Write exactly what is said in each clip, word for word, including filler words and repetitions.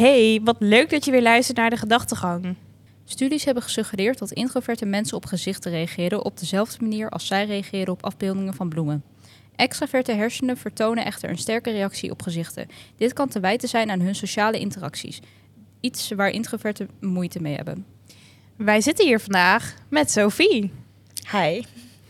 Hey, wat leuk dat je weer luistert naar de gedachtegang. Studies hebben gesuggereerd dat introverte mensen op gezichten reageren op dezelfde manier als zij reageren op afbeeldingen van bloemen. Extraverte hersenen vertonen echter een sterke reactie op gezichten. Dit kan te wijten zijn aan hun sociale interacties. Iets waar introverten moeite mee hebben. Wij zitten hier vandaag met Sophie. Hi.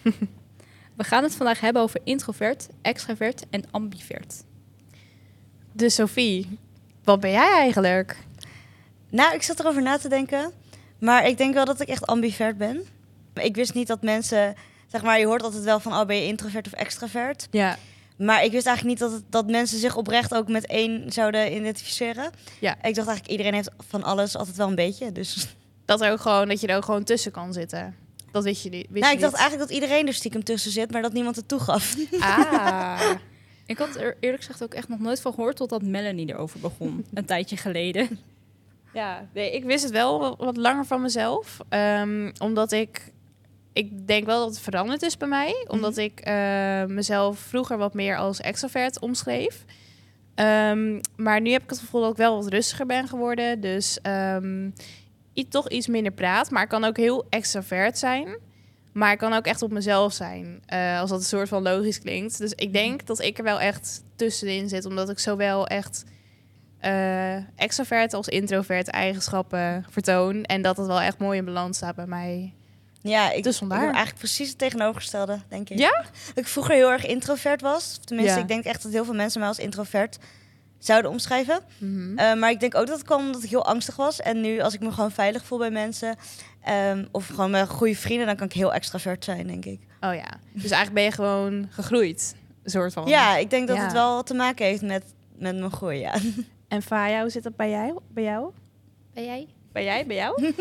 We gaan het vandaag hebben over introvert, extravert en ambivert. Dus Sophie, wat ben jij eigenlijk? Nou, ik zat erover na te denken. Maar ik denk wel dat ik echt ambivert ben. Ik wist niet dat mensen... Zeg maar, je hoort altijd wel van... Oh, ben je introvert of extravert? Ja. Maar ik wist eigenlijk niet dat, het, dat mensen zich oprecht ook met één zouden identificeren. Ja. Ik dacht eigenlijk, iedereen heeft van alles altijd wel een beetje. Dus... Dat er ook gewoon, dat je er ook gewoon tussen kan zitten. Dat wist je niet. Wist nou, je ik dacht niet. eigenlijk dat iedereen er stiekem tussen zit, maar dat niemand het toegaf. Ah. Ik had er eerlijk gezegd ook echt nog nooit van gehoord totdat Melanie erover begon. Een tijdje geleden. Ja, nee, ik wist het wel wat langer van mezelf. Um, omdat ik... Ik denk wel dat het veranderd is bij mij. Omdat Mm-hmm. ik uh, mezelf vroeger wat meer als extrovert omschreef. Um, maar nu heb ik het gevoel dat ik wel wat rustiger ben geworden. Dus um, i- toch iets minder praat. Maar ik kan ook heel extravert zijn. Maar ik kan ook echt op mezelf zijn. Uh, als dat een soort van logisch klinkt. Dus ik denk dat ik er wel echt tussenin zit. Omdat ik zowel echt uh, extravert als introvert eigenschappen vertoon. En dat het wel echt mooi in balans staat bij mij. Ja, ik, Dus ik vandaar. ben eigenlijk precies het tegenovergestelde, denk ik. Ja? Dat ik vroeger heel erg introvert was. Tenminste, Ja. ik denk echt dat heel veel mensen mij als introvert zouden omschrijven. Mm-hmm. Uh, maar ik denk ook dat het kwam omdat ik heel angstig was. En nu, als ik me gewoon veilig voel bij mensen... Um, of gewoon met goede vrienden, dan kan ik heel extravert zijn, denk ik. Oh ja, dus eigenlijk ben je gewoon gegroeid, een soort van. Ja, ik denk dat Ja. het wel te maken heeft met, met mijn groei, ja. En Faya, hoe zit dat bij jou? Bij jou? Ben jij? Bij jij? Bij jou?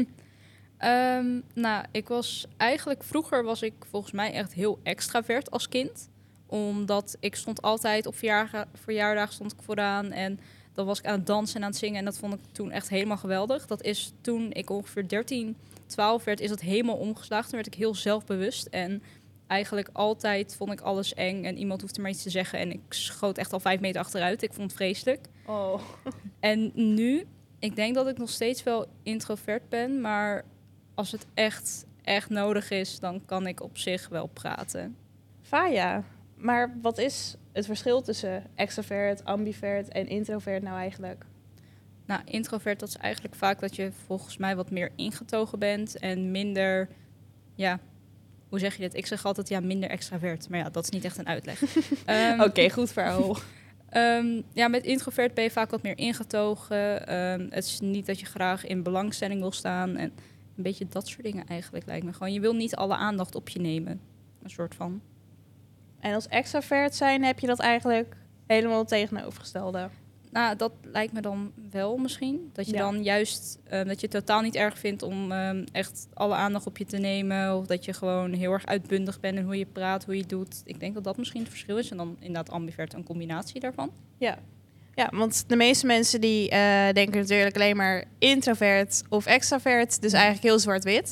Um, nou, ik was eigenlijk... Vroeger was ik volgens mij echt heel extravert als kind. Omdat ik stond altijd op verjaardag, verjaardag stond ik vooraan. En dan was ik aan het dansen en aan het zingen. En dat vond ik toen echt helemaal geweldig. Dat is toen ik ongeveer dertien, twaalf werd, is dat helemaal omgeslagen. Toen werd ik heel zelfbewust. En eigenlijk altijd vond ik alles eng. En iemand hoefde maar iets te zeggen. En ik schoot echt al vijf meter achteruit. Ik vond het vreselijk. Oh. En nu, ik denk dat ik nog steeds wel introvert ben. Maar als het echt, echt nodig is, dan kan ik op zich wel praten. Faya, maar wat is het verschil tussen extravert, ambivert en introvert nou eigenlijk? Nou, introvert, dat is eigenlijk vaak dat je volgens mij wat meer ingetogen bent en minder, ja, hoe zeg je dit? Ik zeg altijd, ja, minder extravert. Maar ja, dat is niet echt een uitleg. um, Oké, okay, goed verhaal. um, ja, met introvert ben je vaak wat meer ingetogen. Um, het is niet dat je graag in belangstelling wil staan en een beetje dat soort dingen eigenlijk lijkt me. Gewoon, je wil niet alle aandacht op je nemen. Een soort van. En als extravert zijn heb je dat eigenlijk helemaal tegenovergestelde? Nou, dat lijkt me dan wel misschien. Dat je Ja. dan juist, uh, dat je het totaal niet erg vindt om um, echt alle aandacht op je te nemen. Of dat je gewoon heel erg uitbundig bent in hoe je praat, hoe je doet. Ik denk dat dat misschien het verschil is. En dan inderdaad ambivert een combinatie daarvan. Ja. Ja, want de meeste mensen die uh, denken natuurlijk alleen maar introvert of extravert. Dus eigenlijk heel zwart-wit.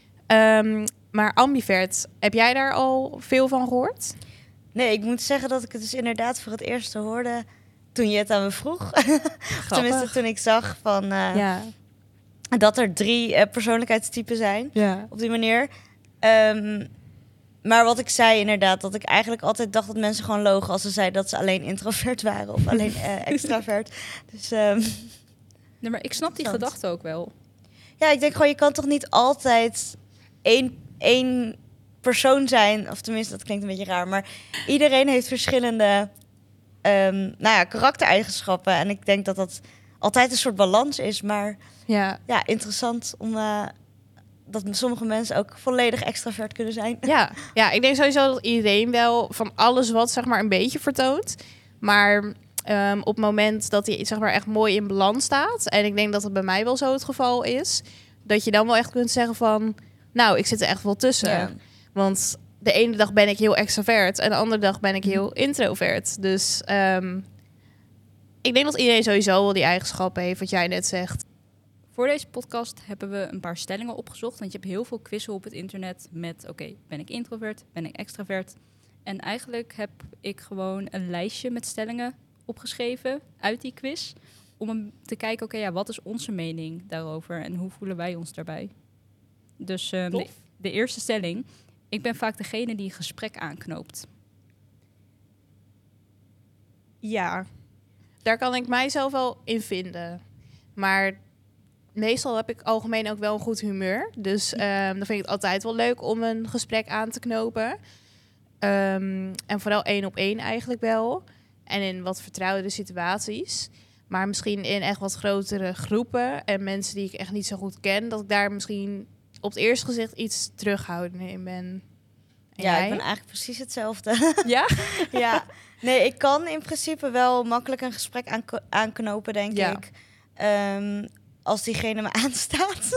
Um, maar ambivert, heb jij daar al veel van gehoord? Nee, ik moet zeggen dat ik het dus inderdaad voor het eerst hoorde toen je het aan me vroeg. Tenminste, toen ik zag van, uh, ja. dat er drie uh, persoonlijkheidstypen zijn. Ja. Op die manier. Um, maar wat ik zei inderdaad, dat ik eigenlijk altijd dacht dat mensen gewoon logen als ze zeiden dat ze alleen introvert waren of alleen uh, extravert. Dus, um, nee, maar ik snap die gedachte ook wel. Ja, ik denk gewoon, je kan toch niet altijd één, één persoon zijn. Of tenminste, dat klinkt een beetje raar. Maar iedereen heeft verschillende um, nou ja, karaktereigenschappen. En ik denk dat dat altijd een soort balans is. Maar ja, ja interessant om... Uh, dat sommige mensen ook volledig extravert kunnen zijn. Ja, ja, ik denk sowieso dat iedereen wel van alles wat zeg maar een beetje vertoont. Maar um, op het moment dat hij zeg maar echt mooi in balans staat, en ik denk dat het bij mij wel zo het geval is, dat je dan wel echt kunt zeggen van, nou, ik zit er echt wel tussen. Ja. Want de ene dag ben ik heel extravert en de andere dag ben ik heel introvert. Dus um, ik denk dat iedereen sowieso wel die eigenschappen heeft, wat jij net zegt. Voor deze podcast hebben we een paar stellingen opgezocht. Want je hebt heel veel quizzen op het internet met... oké, okay, ben ik introvert? Ben ik extravert? En eigenlijk heb ik gewoon een lijstje met stellingen opgeschreven uit die quiz... om een- te kijken, oké, ja, wat is onze mening daarover en hoe voelen wij ons daarbij? Dus um, de, Tof. de eerste stelling. Ik ben vaak degene die een gesprek aanknoopt. Ja, daar kan ik mijzelf wel in vinden. Maar meestal heb ik algemeen ook wel een goed humeur. Dus ehm, dan vind ik het altijd wel leuk om een gesprek aan te knopen. Ehm, en vooral één op één eigenlijk wel. En in wat vertrouwde situaties. Maar misschien in echt wat grotere groepen en mensen die ik echt niet zo goed ken, dat ik daar misschien op het eerste gezicht iets terughoudender in ben. En Ja, jij? ik ben eigenlijk precies hetzelfde. Ja? Ja, nee, ik kan in principe wel makkelijk een gesprek aanko- aanknopen, denk Ja. ik. Ehm, als diegene me aanstaat.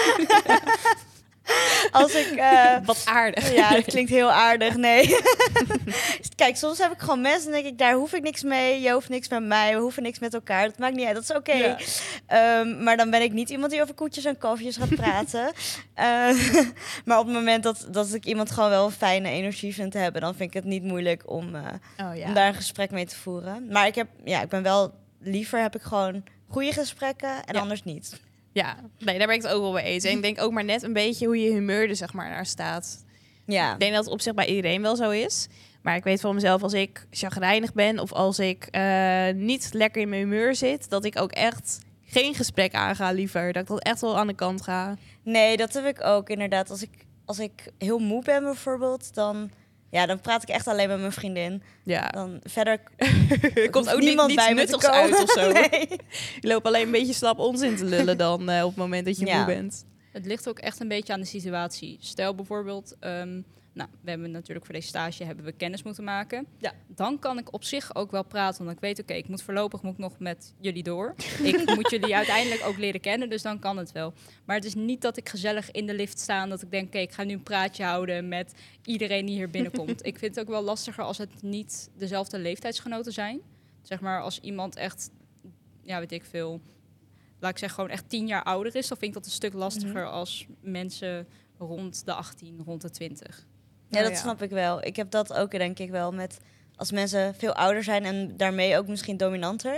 Als ik... eh, Wat aardig. ja, het klinkt heel aardig, nee. Kijk, soms heb ik gewoon mensen en denk ik, daar hoef ik niks mee. Je hoeft niks met mij, we hoeven niks met elkaar. Dat maakt niet uit, dat is oké. Ja. Ehm, maar dan ben ik niet iemand die over koetjes en kalfjes gaat praten. Eh, maar op het moment dat, dat ik iemand gewoon wel een fijne energie vind te hebben, dan vind ik het niet moeilijk om, uh, Oh, ja. om daar een gesprek mee te voeren. Maar ik heb, ja, ik ben wel liever heb ik gewoon goede gesprekken en Ja. anders niet. Ja, nee, daar ben ik het ook wel mee eens. En ik denk ook maar net een beetje hoe je humeur er zeg maar naar staat. Ja, Ik denk dat het op zich bij iedereen wel zo is. Maar ik weet van mezelf, als ik chagrijnig ben of als ik uh, niet lekker in mijn humeur zit, dat ik ook echt geen gesprek aanga liever. Dat ik dat echt wel aan de kant ga. nee, dat heb ik ook inderdaad. Als ik, als ik heel moe ben bijvoorbeeld, dan, ja, dan praat ik echt alleen met mijn vriendin. Ja, Dan verder er komt ook niemand niets bij me te nuttigs komen. uit of zo. Nee. Je loopt alleen een beetje slap onzin te lullen dan uh, op het moment dat je Ja. moe bent. Het ligt ook echt een beetje aan de situatie. Stel bijvoorbeeld, um, nou, we hebben natuurlijk voor deze stage hebben we kennis moeten maken. Ja. Dan kan ik op zich ook wel praten, want ik weet, oké, okay, ik moet voorlopig moet ik nog met jullie door. Ik moet jullie uiteindelijk ook leren kennen, dus dan kan het wel. Maar het is niet dat ik gezellig in de lift sta en dat ik denk, oké, okay, ik ga nu een praatje houden met iedereen die hier binnenkomt. Ik vind het ook wel lastiger als het niet dezelfde leeftijdsgenoten zijn. Zeg maar, als iemand echt, ja, weet ik veel, laat ik zeggen, gewoon echt tien jaar ouder is, dan vind ik dat een stuk lastiger mm-hmm. als mensen rond de achttien, rond de twintig. Ja, dat oh, ja. snap ik wel. Ik heb dat ook, denk ik wel, met als mensen veel ouder zijn en daarmee ook misschien dominanter.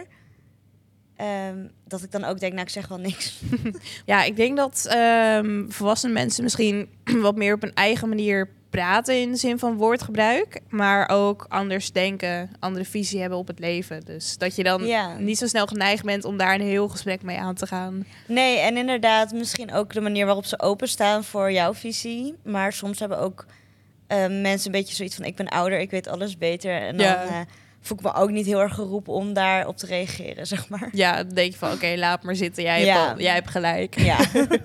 Um, dat ik dan ook denk, nou, ik zeg wel niks. Ja, ik denk dat um, volwassen mensen misschien wat meer op een eigen manier praten in de zin van woordgebruik, maar ook anders denken, andere visie hebben op het leven. Dus dat je dan ja. niet zo snel geneigd bent om daar een heel gesprek mee aan te gaan. Nee, en inderdaad misschien ook de manier waarop ze openstaan voor jouw visie. Maar soms hebben ook uh, mensen een beetje zoiets van, ik ben ouder, ik weet alles beter. En dan ja. uh, voel ik me ook niet heel erg geroepen om daarop te reageren, zeg maar. Ja, dan denk je van, oké, okay, laat maar zitten, jij, ja. hebt, al, jij hebt gelijk. Ja.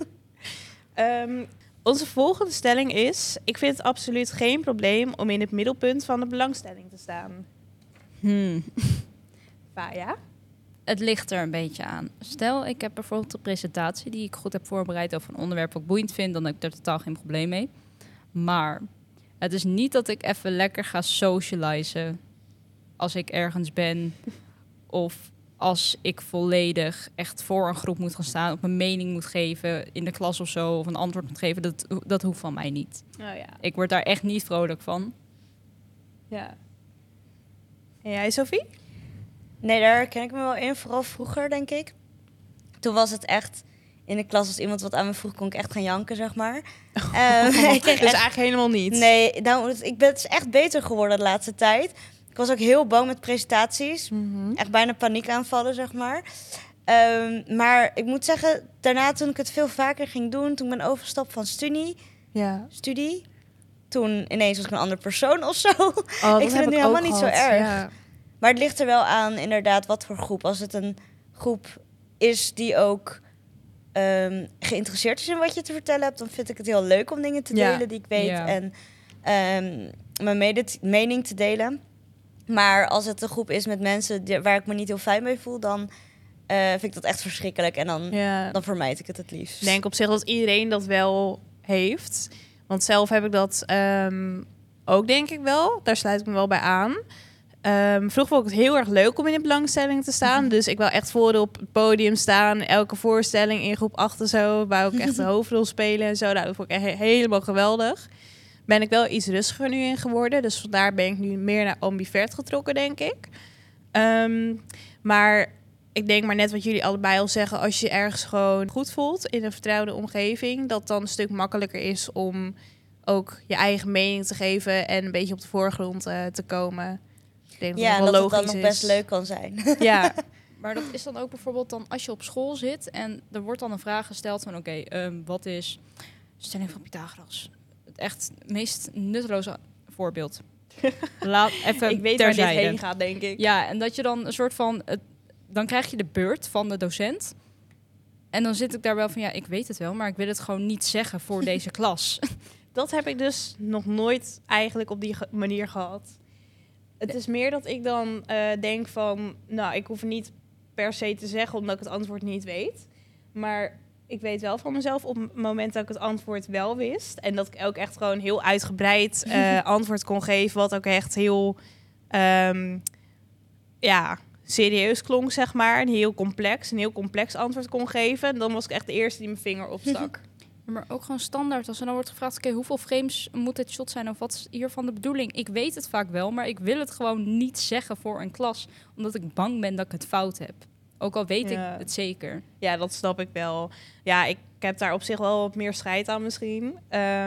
um, Onze volgende stelling is, ik vind het absoluut geen probleem om in het middelpunt van de belangstelling te staan. Hmm. Faya? Het ligt er een beetje aan. Stel, ik heb bijvoorbeeld een presentatie die ik goed heb voorbereid over een onderwerp wat ik boeiend vind, dan heb ik er totaal geen probleem mee. Maar het is niet dat ik even lekker ga socializen als ik ergens ben of als ik volledig echt voor een groep moet gaan staan, op mijn mening moet geven in de klas of zo, of een antwoord moet geven, dat, dat hoeft van mij niet. Oh, ja. Ik word daar echt niet vrolijk van. Ja. En jij, Sophie? Nee, daar ken ik me wel in, vooral vroeger, denk ik. Toen was het echt, in de klas als iemand wat aan me vroeg, kon ik echt gaan janken, zeg maar. Oh, um, ik dus echt, eigenlijk helemaal niet. Nee, nou, ik ben het echt beter geworden de laatste tijd. Ik was ook heel bang met presentaties. Mm-hmm. Echt bijna paniekaanvallen, zeg maar. Um, maar ik moet zeggen, daarna toen ik het veel vaker ging doen, toen ik ben overgestapt van studie, ja. studie, toen ineens was ik een andere persoon of zo. Oh, ik vind het nu helemaal niet gehad. zo erg. Ja. Maar het ligt er wel aan, inderdaad, wat voor groep. Als het een groep is die ook um, geïnteresseerd is in wat je te vertellen hebt, dan vind ik het heel leuk om dingen te delen ja. die ik weet ja. en um, mijn mede- mening te delen. Maar als het een groep is met mensen die, waar ik me niet heel fijn mee voel, dan uh, vind ik dat echt verschrikkelijk. En dan, ja. dan vermijd ik het het liefst. Ik denk op zich dat iedereen dat wel heeft. Want zelf heb ik dat um, ook, denk ik wel. Daar sluit ik me wel bij aan. Um, vroeger vond ik het heel erg leuk om in de belangstelling te staan. Dus ik wil echt voor op het podium staan. Elke voorstelling in groep acht en zo. Wou ik echt de hoofdrol spelen en zo. Nou, dat vond ik echt he- helemaal geweldig. Ben ik wel iets rustiger nu in geworden. Dus vandaar ben ik nu meer naar ambivert getrokken, denk ik. Um, maar ik denk maar net wat jullie allebei al zeggen, als je ergens gewoon goed voelt in een vertrouwde omgeving, dat dan een stuk makkelijker is om ook je eigen mening te geven en een beetje op de voorgrond uh, te komen. Ik denk Ja, dat en het dat wel het dan logisch nog is. best leuk kan zijn. Ja, Maar dat is dan ook bijvoorbeeld dan als je op school zit en er wordt dan een vraag gesteld van oké, okay, um, wat is stelling van Pythagoras? Het echt meest nutteloze voorbeeld. Laat even ik weet waar dit terzijde. heen gaat, denk ik. Ja, en dat je dan een soort van... Het, dan krijg je de beurt van de docent. En dan zit ik daar wel van, ja, ik weet het wel, maar ik wil het gewoon niet zeggen voor deze klas. Dat heb ik dus nog nooit eigenlijk op die ge- manier gehad. Het is meer dat ik dan uh, denk van, nou, ik hoef het niet per se te zeggen omdat ik het antwoord niet weet. Maar ik weet wel van mezelf op het moment dat ik het antwoord wel wist. En dat ik ook echt gewoon heel uitgebreid uh, antwoord kon geven. Wat ook echt heel, um, ja, serieus klonk, zeg maar. Een heel complex, een heel complex antwoord kon geven. En dan was ik echt de eerste die mijn vinger opstak. Maar ook gewoon standaard. Als er dan wordt gevraagd, oké, okay, hoeveel frames moet dit shot zijn? Of wat is hiervan de bedoeling? Ik weet het vaak wel, maar ik wil het gewoon niet zeggen voor een klas. Omdat ik bang ben dat ik het fout heb. Ook al weet Ja. ik het zeker. Ja, dat snap ik wel. Ja, ik heb daar op zich wel wat meer scheid aan misschien. Um,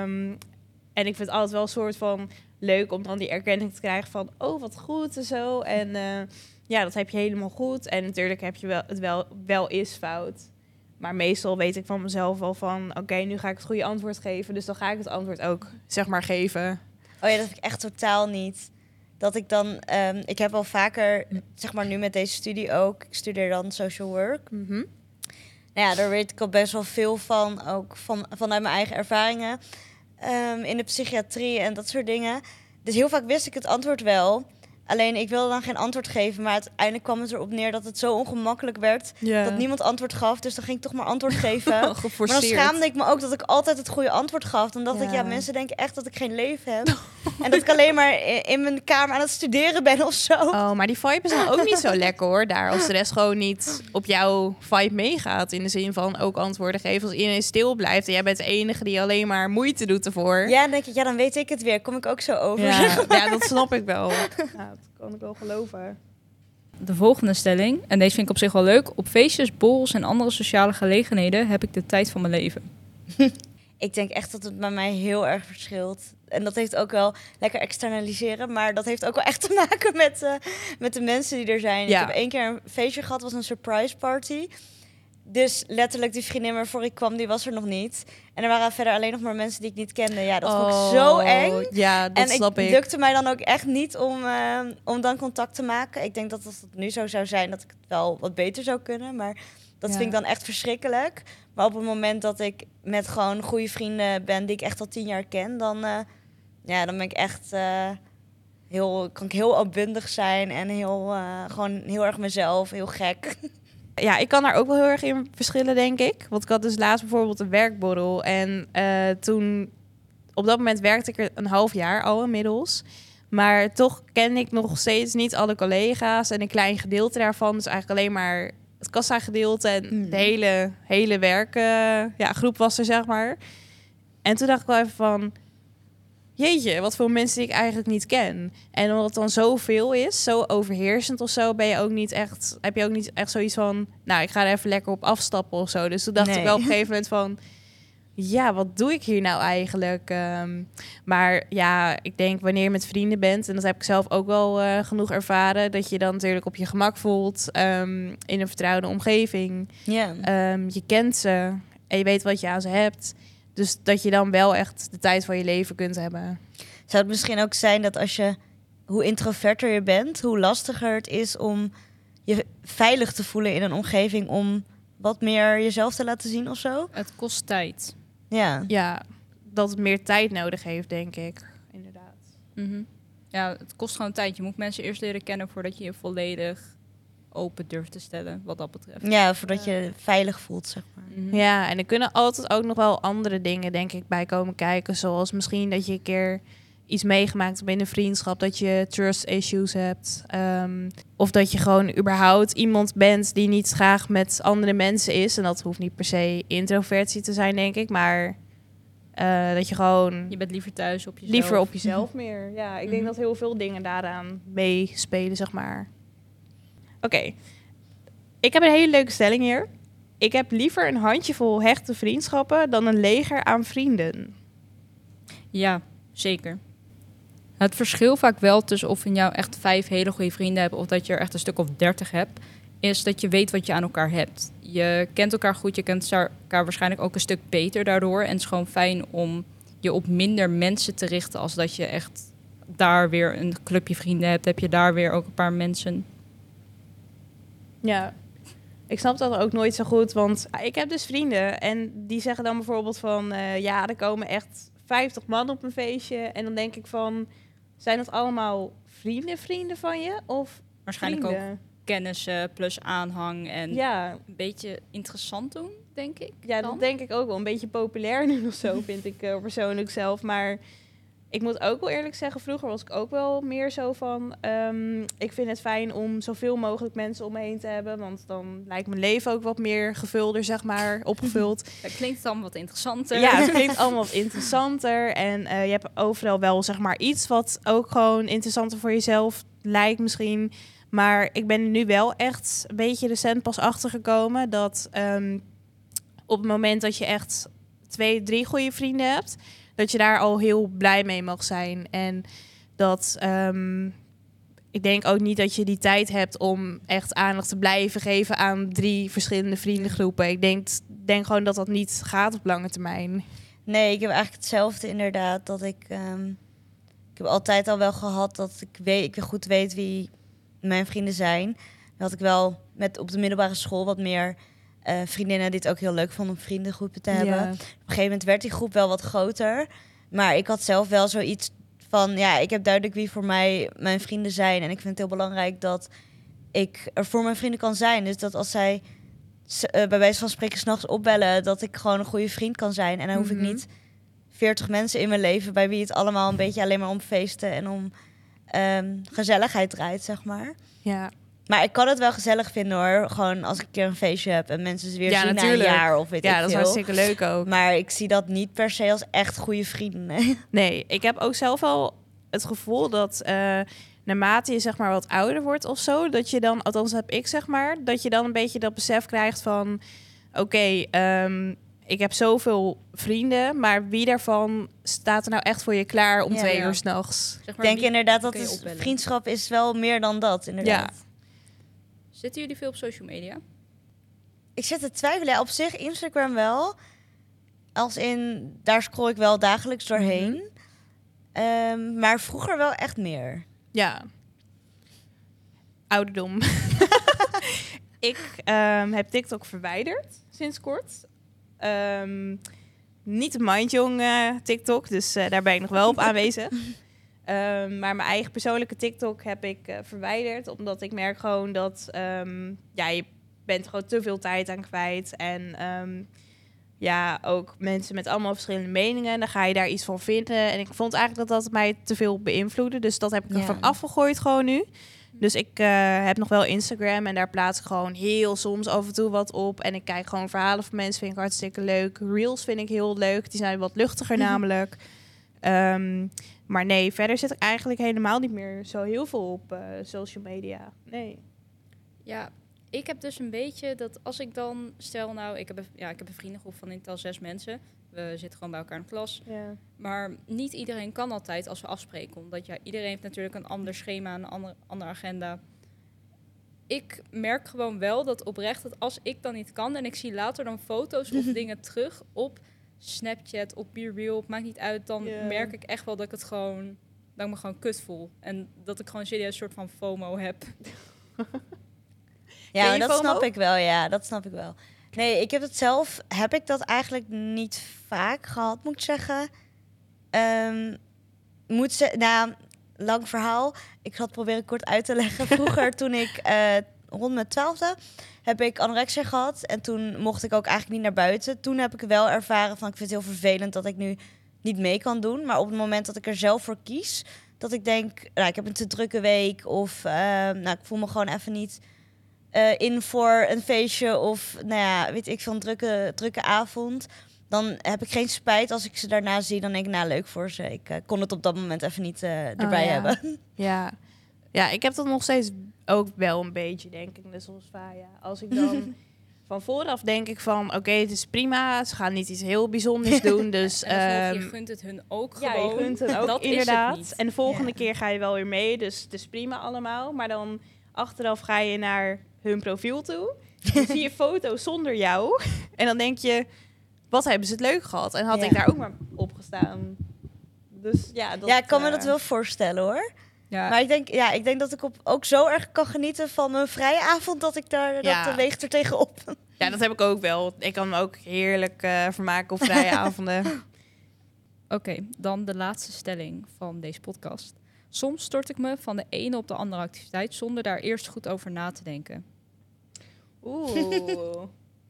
en ik vind het altijd wel een soort van leuk om dan die erkenning te krijgen van, oh, wat goed en zo. En uh, ja, dat heb je helemaal goed. En natuurlijk heb je wel het wel, wel is fout. Maar meestal weet ik van mezelf wel van, oké, okay, nu ga ik het goede antwoord geven. Dus dan ga ik het antwoord ook, zeg maar, geven. Oh ja, dat heb ik echt totaal niet. Dat ik dan, um, ik heb al vaker, zeg maar nu met deze studie ook, ik studeer dan social work. Mm-hmm. Nou ja, daar weet ik al best wel veel van, ook van, vanuit mijn eigen ervaringen um, in de psychiatrie en dat soort dingen. Dus heel vaak wist ik het antwoord wel. Alleen ik wilde dan geen antwoord geven, maar uiteindelijk kwam het erop neer dat het zo ongemakkelijk werd Ja. dat niemand antwoord gaf. Dus dan ging ik toch maar antwoord geven. Maar Geforceerd. dan schaamde ik me ook dat ik altijd het goede antwoord gaf. Dan dacht Ja. ik, ja, mensen denken echt dat ik geen leven heb. En dat ik alleen maar in, in mijn kamer aan het studeren ben of zo. Oh, maar die vibe is dan ook niet zo lekker hoor. Daar als de rest gewoon niet op jouw vibe meegaat. In de zin van ook antwoorden geven. Als iedereen stil blijft en jij bent de enige die alleen maar moeite doet ervoor. Ja, dan denk ik, ja, dan weet ik het weer. Kom ik ook zo over. Ja, ja, dat snap ik wel. Ja, dat kan ik wel geloven. De volgende stelling, en deze vind ik op zich wel leuk. Op feestjes, borrels en andere sociale gelegenheden heb ik de tijd van mijn leven. Ik denk echt dat het bij mij heel erg verschilt. En dat heeft ook wel lekker externaliseren. Maar dat heeft ook wel echt te maken met, uh, met de mensen die er zijn. Ja. Ik heb één keer een feestje gehad, was een surprise party. Dus letterlijk die vriendin waarvoor ik kwam, die was er nog niet. En er waren verder alleen nog maar mensen die ik niet kende. Ja, dat vond ik zo eng. Ja, dat en snap het ik. lukte mij dan ook echt niet om, uh, om dan contact te maken. Ik denk dat als het nu zo zou zijn, dat ik het wel wat beter zou kunnen. Maar dat Ja. vind ik dan echt verschrikkelijk. Maar op het moment dat ik met gewoon goede vrienden ben die ik echt al tien jaar ken, dan, uh, ja, dan ben ik echt uh, heel, kan ik heel opbundig zijn en heel, uh, gewoon heel erg mezelf, heel gek. Ja, ik kan daar ook wel heel erg in verschillen, denk ik. Want ik had dus laatst bijvoorbeeld een werkborrel. En uh, toen, op dat moment werkte ik er een half jaar al inmiddels. Maar toch ken ik nog steeds niet alle collega's en een klein gedeelte daarvan. Dus eigenlijk alleen maar het kassa-gedeelte en Mm. de hele, hele werk, uh, ja, groep was er, zeg maar. En toen dacht ik wel even van, jeetje, wat voor mensen die ik eigenlijk niet ken. En omdat het dan zoveel is, zo overheersend of zo, ben je ook niet echt, heb je ook niet echt zoiets van, nou, ik ga er even lekker op afstappen of zo. Dus toen dacht Nee. ik wel op een gegeven moment van, ja, wat doe ik hier nou eigenlijk? Um, maar ja, ik denk wanneer je met vrienden bent, en dat heb ik zelf ook wel uh, genoeg ervaren, dat je dan natuurlijk op je gemak voelt, um, in een vertrouwde omgeving. Ja. Um, je kent ze en je weet wat je aan ze hebt. Dus dat je dan wel echt de tijd van je leven kunt hebben. Zou het misschien ook zijn dat als je, hoe introverter je bent, hoe lastiger het is om je veilig te voelen in een omgeving om wat meer jezelf te laten zien of zo? Het kost tijd. Ja. Ja, dat het meer tijd nodig heeft, denk ik. Inderdaad. Mm-hmm. Ja, het kost gewoon tijd. Je moet mensen eerst leren kennen voordat je je volledig open durft te stellen, wat dat betreft. Ja, voordat je je veilig voelt, zeg maar. Mm-hmm. Ja, en er kunnen altijd ook nog wel andere dingen, denk ik, bij komen kijken. Zoals misschien dat je een keer iets meegemaakt hebt in een vriendschap, dat je trust issues hebt. Um, of dat je gewoon überhaupt iemand bent die niet graag met andere mensen is. En dat hoeft niet per se introvertie te zijn, denk ik. Maar uh, dat je gewoon Je bent liever thuis op jezelf. liever op jezelf meer. Ja, ik denk Mhm. dat heel veel dingen daaraan meespelen, zeg maar. Oké. Okay. Ik heb een hele leuke stelling hier. Ik heb liever een handjevol hechte vriendschappen dan een leger aan vrienden. Ja, zeker. Het verschil vaak wel tussen of je nou echt vijf hele goede vrienden hebt of dat je er echt een stuk of dertig hebt, is dat je weet wat je aan elkaar hebt. Je kent elkaar goed, je kent elkaar waarschijnlijk ook een stuk beter daardoor. En het is gewoon fijn om je op minder mensen te richten als dat je echt daar weer een clubje vrienden hebt. Heb je daar weer ook een paar mensen. Ja, ik snap dat ook nooit zo goed, want ik heb dus vrienden en die zeggen dan bijvoorbeeld van, uh, ja, er komen echt vijftig man op een feestje. En dan denk ik van, zijn dat allemaal vrienden, vrienden van je? Of waarschijnlijk vrienden? ook kennissen plus aanhang en Ja, een beetje interessant doen, denk ik. ja, dan. dat denk ik ook wel. Een beetje populair nu of zo, vind ik uh, persoonlijk zelf. Maar ik moet ook wel eerlijk zeggen, vroeger was ik ook wel meer zo van, um, ik vind het fijn om zoveel mogelijk mensen om me heen te hebben, want dan lijkt mijn leven ook wat meer gevulder, zeg maar, opgevuld. Dat klinkt dan wat interessanter. Ja, het klinkt allemaal wat interessanter en uh, je hebt overal wel, zeg maar, iets wat ook gewoon interessanter voor jezelf lijkt misschien. Maar ik ben er nu wel echt een beetje recent pas achtergekomen dat um, op het moment dat je echt twee, drie goede vrienden hebt, dat je daar al heel blij mee mag zijn. En dat um, ik denk ook niet dat je die tijd hebt om echt aandacht te blijven geven aan drie verschillende vriendengroepen. Ik denk, denk gewoon dat dat niet gaat op lange termijn. Nee, ik heb eigenlijk hetzelfde inderdaad. Dat ik, um, ik heb altijd al wel gehad dat ik, weet, ik goed weet wie mijn vrienden zijn. Dan had ik wel met op de middelbare school wat meer uh, vriendinnen die het ook heel leuk vonden om vriendengroepen te hebben. Ja. Op een gegeven moment werd die groep wel wat groter. Maar ik had zelf wel zoiets van, ja, ik heb duidelijk wie voor mij mijn vrienden zijn. En ik vind het heel belangrijk dat ik er voor mijn vrienden kan zijn. Dus dat als zij uh, bij wijze van spreken 's nachts opbellen, dat ik gewoon een goede vriend kan zijn. En dan hoef Mm-hmm. ik niet veertig mensen in mijn leven bij wie het allemaal een beetje alleen maar om feesten en om um, gezelligheid draait, zeg maar. Ja. Maar ik kan het wel gezellig vinden hoor. Gewoon als ik een keer een feestje heb en mensen ze weer Ja, zien natuurlijk. na een jaar of weet Ja, ik dat is veel. hartstikke leuk ook. Maar ik zie dat niet per se als echt goede vrienden. Nee. Nee, ik heb ook zelf wel het gevoel dat uh, naarmate je zeg maar wat ouder wordt of zo, dat je dan, althans heb ik zeg maar, dat je dan een beetje dat besef krijgt van, oké, okay, um, ik heb zoveel vrienden, maar wie daarvan staat er nou echt voor je klaar om Ja, twee ja. uur 's nachts? Zeg maar, Ik denk wie inderdaad dat kun je is, opbellen? vriendschap is wel meer dan dat, inderdaad. Ja. Zitten jullie veel op social media? Ik zit te twijfelen. Op zich, Instagram wel. Als in, daar scroll ik wel dagelijks doorheen. Mm-hmm. Um, maar vroeger wel echt meer. Ja. Ouderdom. ik um, heb TikTok verwijderd sinds kort. Um, niet de Mindjong uh, TikTok, dus uh, daar ben ik nog wel op aanwezig. Um, maar mijn eigen persoonlijke TikTok heb ik uh, verwijderd, omdat ik merk gewoon dat um, ja, je bent gewoon te veel tijd aan kwijt. En um, ja, ook mensen met allemaal verschillende meningen, dan ga je daar iets van vinden. En ik vond eigenlijk dat dat mij te veel beïnvloedde, dus dat heb ik Ja. ervan afgegooid gewoon nu. Dus ik uh, heb nog wel Instagram en daar plaats ik gewoon heel soms af en toe wat op. En ik kijk gewoon verhalen van mensen, vind ik hartstikke leuk. Reels vind ik heel leuk, die zijn wat luchtiger namelijk. Um, maar nee, verder zit ik eigenlijk helemaal niet meer zo heel veel op uh, social media. Nee. Ja, ik heb dus een beetje dat als ik dan, stel nou, ik heb een, ja, ik heb een vriendengroep van in totaal zes mensen. We zitten gewoon bij elkaar in de klas. Ja. Maar niet iedereen kan altijd als we afspreken. Omdat ja, iedereen heeft natuurlijk een ander schema, een andere, andere agenda. Ik merk gewoon wel dat oprecht dat als ik dan niet kan en ik zie later dan foto's of dingen terug op Snapchat, op BeReal, het maakt niet uit, dan Yeah. merk ik echt wel dat ik het gewoon, dat ik me gewoon kut voel. En dat ik gewoon serieus een soort van FOMO heb. Ja, je dat FOMO? snap ik wel. Ja, dat snap ik wel. Nee, ik heb het zelf, heb ik dat eigenlijk niet vaak gehad, moet ik zeggen. Um, moet ze, nou, lang verhaal. Ik zal het proberen kort uit te leggen. Vroeger, toen ik uh, rond mijn twaalfde, heb ik anorexia gehad. En toen mocht ik ook eigenlijk niet naar buiten. Toen heb ik wel ervaren van, ik vind het heel vervelend dat ik nu niet mee kan doen. Maar op het moment dat ik er zelf voor kies, dat ik denk, nou, ik heb een te drukke week. Of uh, nou, ik voel me gewoon even niet uh, in voor een feestje. Of nou ja, weet ik veel, een drukke, drukke avond. Dan heb ik geen spijt als ik ze daarna zie. Dan denk ik, nou, leuk voor ze. Ik uh, kon het op dat moment even niet uh, erbij oh, ja. hebben. Ja. Ja, ik heb dat nog steeds ook wel een beetje, denk ik, net zoals Faya. Als ik dan van vooraf denk ik van, oké, okay, het is prima. Ze gaan niet iets heel bijzonders doen. Dus En um, je gunt het hun ook ja, gewoon. je gunt het ook, dat inderdaad. Is het niet. En de volgende Ja. keer ga je wel weer mee. Dus het is prima allemaal. Maar dan achteraf ga je naar hun profiel toe. Dan zie je foto's zonder jou. En dan denk je, wat hebben ze het leuk gehad? En had Ja. ik daar ook maar op gestaan. Dus ja, dat, ja, ik kan me uh, dat wel voorstellen hoor. Ja, Maar ik denk, ja, ik denk dat ik op, ook zo erg kan genieten van mijn vrije avond dat ik daar Ja. dat weegt er tegenop. Ja, dat heb ik ook wel. Ik kan me ook heerlijk uh, vermaken op vrije avonden. Oké, okay, dan de laatste stelling van deze podcast. Soms stort ik me van de ene op de andere activiteit zonder daar eerst goed over na te denken. Oeh.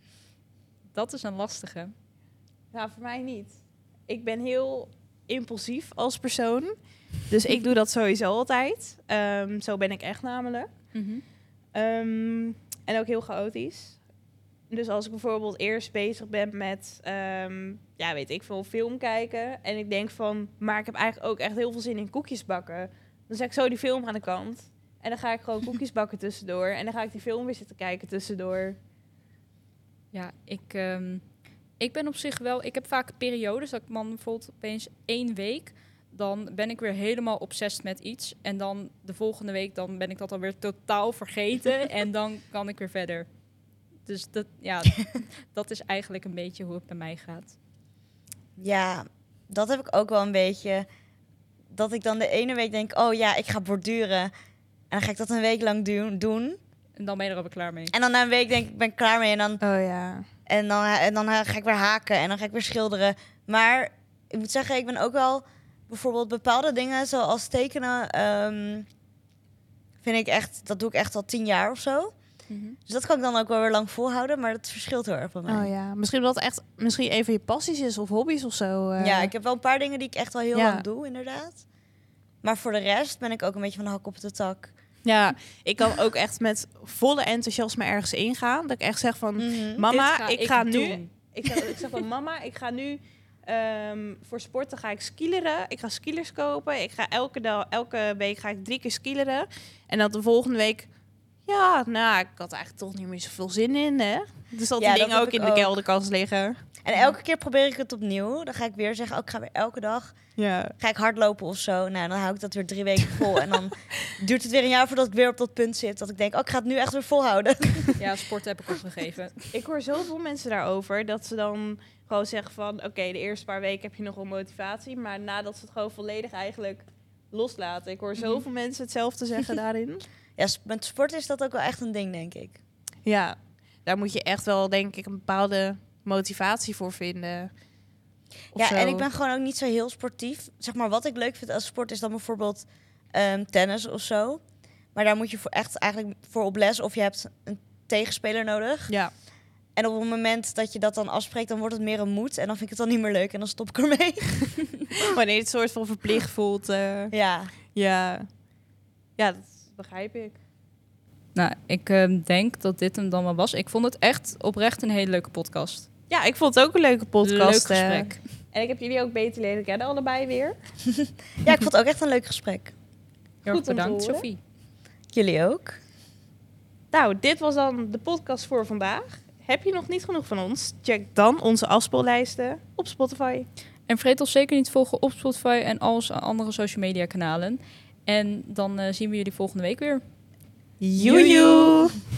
Dat is een lastige. Nou, voor mij niet. Ik ben heel impulsief als persoon. Dus ik doe dat sowieso altijd. Um, zo ben ik echt namelijk. Mm-hmm. Um, en ook heel chaotisch. Dus als ik bijvoorbeeld eerst bezig ben met, um, ja, weet ik veel, film kijken. En ik denk van, maar ik heb eigenlijk ook echt heel veel zin in koekjes bakken. Dan zet ik zo die film aan de kant. En dan ga ik gewoon koekjes bakken tussendoor. En dan ga ik die film weer zitten kijken tussendoor. Ja, ik, um, ik ben op zich wel... Ik heb vaak periodes dat ik man bijvoorbeeld opeens één week... dan ben ik weer helemaal obsessed met iets. En dan de volgende week dan ben ik dat alweer totaal vergeten. En dan kan ik weer verder. Dus dat, ja, dat is eigenlijk een beetje hoe het bij mij gaat. Ja, dat heb ik ook wel een beetje. Dat ik dan de ene week denk, oh ja, ik ga borduren. En dan ga ik dat een week lang doen. doen. En dan ben je er alweer klaar mee. En dan na een week denk ik, ik ben klaar mee. En dan, Oh ja. en, dan, en dan ga ik weer haken en dan ga ik weer schilderen. Maar ik moet zeggen, ik ben ook wel... Bijvoorbeeld bepaalde dingen, zoals tekenen... Um, vind ik echt... Dat doe ik echt al tien jaar of zo. Mm-hmm. Dus dat kan ik dan ook wel weer lang volhouden. Maar dat verschilt heel erg bij mij. Oh ja. Misschien dat echt misschien een van je passies is of hobby's of zo. Uh. Ja, ik heb wel een paar dingen die ik echt al heel ja. lang doe, inderdaad. Maar voor de rest ben ik ook een beetje van de hak op de tak. Ja, ik kan ook echt met volle enthousiasme ergens ingaan. Dat ik echt zeg van, Mm-hmm. mama, ga ik, ik ga nu... doen. Ik zeg, ik zeg van, mama, ik ga nu... Um, voor sporten ga ik skileren. Ik ga skilers kopen. Ik ga elke, dag, elke week ga ik drie keer skileren. En dan de volgende week... Ja, nou, ik had eigenlijk toch niet meer zoveel zin in, hè? Dus dat Ja, die dat dingen heb ook ik in de ook. kelderkast liggen. En elke keer probeer ik het opnieuw. Dan ga ik weer zeggen, oh, ik ga weer elke dag... Ja. Ga ik hardlopen of zo. Nou, dan hou ik dat weer drie weken vol. En dan duurt het weer een jaar voordat ik weer op dat punt zit. Dat ik denk, oh, ik ga het nu echt weer volhouden. Ja, sport heb ik opgegeven. Ik hoor zoveel mensen daarover dat ze dan gewoon zeggen van... Oké, okay, de eerste paar weken heb je nog wel motivatie. Maar nadat ze het gewoon volledig eigenlijk loslaten. Ik hoor zoveel mm-hmm. mensen hetzelfde zeggen daarin. Ja, met sport is dat ook wel echt een ding, denk ik. Ja, daar moet je echt wel, denk ik, een bepaalde motivatie voor vinden. Of ja, zo. En ik ben gewoon ook niet zo heel sportief. Zeg maar, wat ik leuk vind als sport is dan bijvoorbeeld um, tennis of zo. Maar daar moet je voor echt eigenlijk voor op les of je hebt een tegenspeler nodig. Ja. En op het moment dat je dat dan afspreekt, dan wordt het meer een moed. En dan vind ik het dan niet meer leuk en dan stop ik ermee. Wanneer je het soort van verplicht voelt. Uh, ja. Ja. Ja, dat begrijp ik. Nou, ik uh, denk dat dit hem dan wel was. Ik vond het echt oprecht een hele leuke podcast. Ja, ik vond het ook een leuke podcast. Leuk gesprek. Uh, en ik heb jullie ook beter leren kennen, allebei weer. Ja, ik vond het ook echt een leuk gesprek. Heel erg bedankt, Sophie. Jullie ook. Nou, dit was dan de podcast voor vandaag. Heb je nog niet genoeg van ons? Check dan onze afspeellijsten op Spotify. En vergeet ons zeker niet te volgen op Spotify en al onze andere social media kanalen. En dan uh, zien we jullie volgende week weer. Joejoe!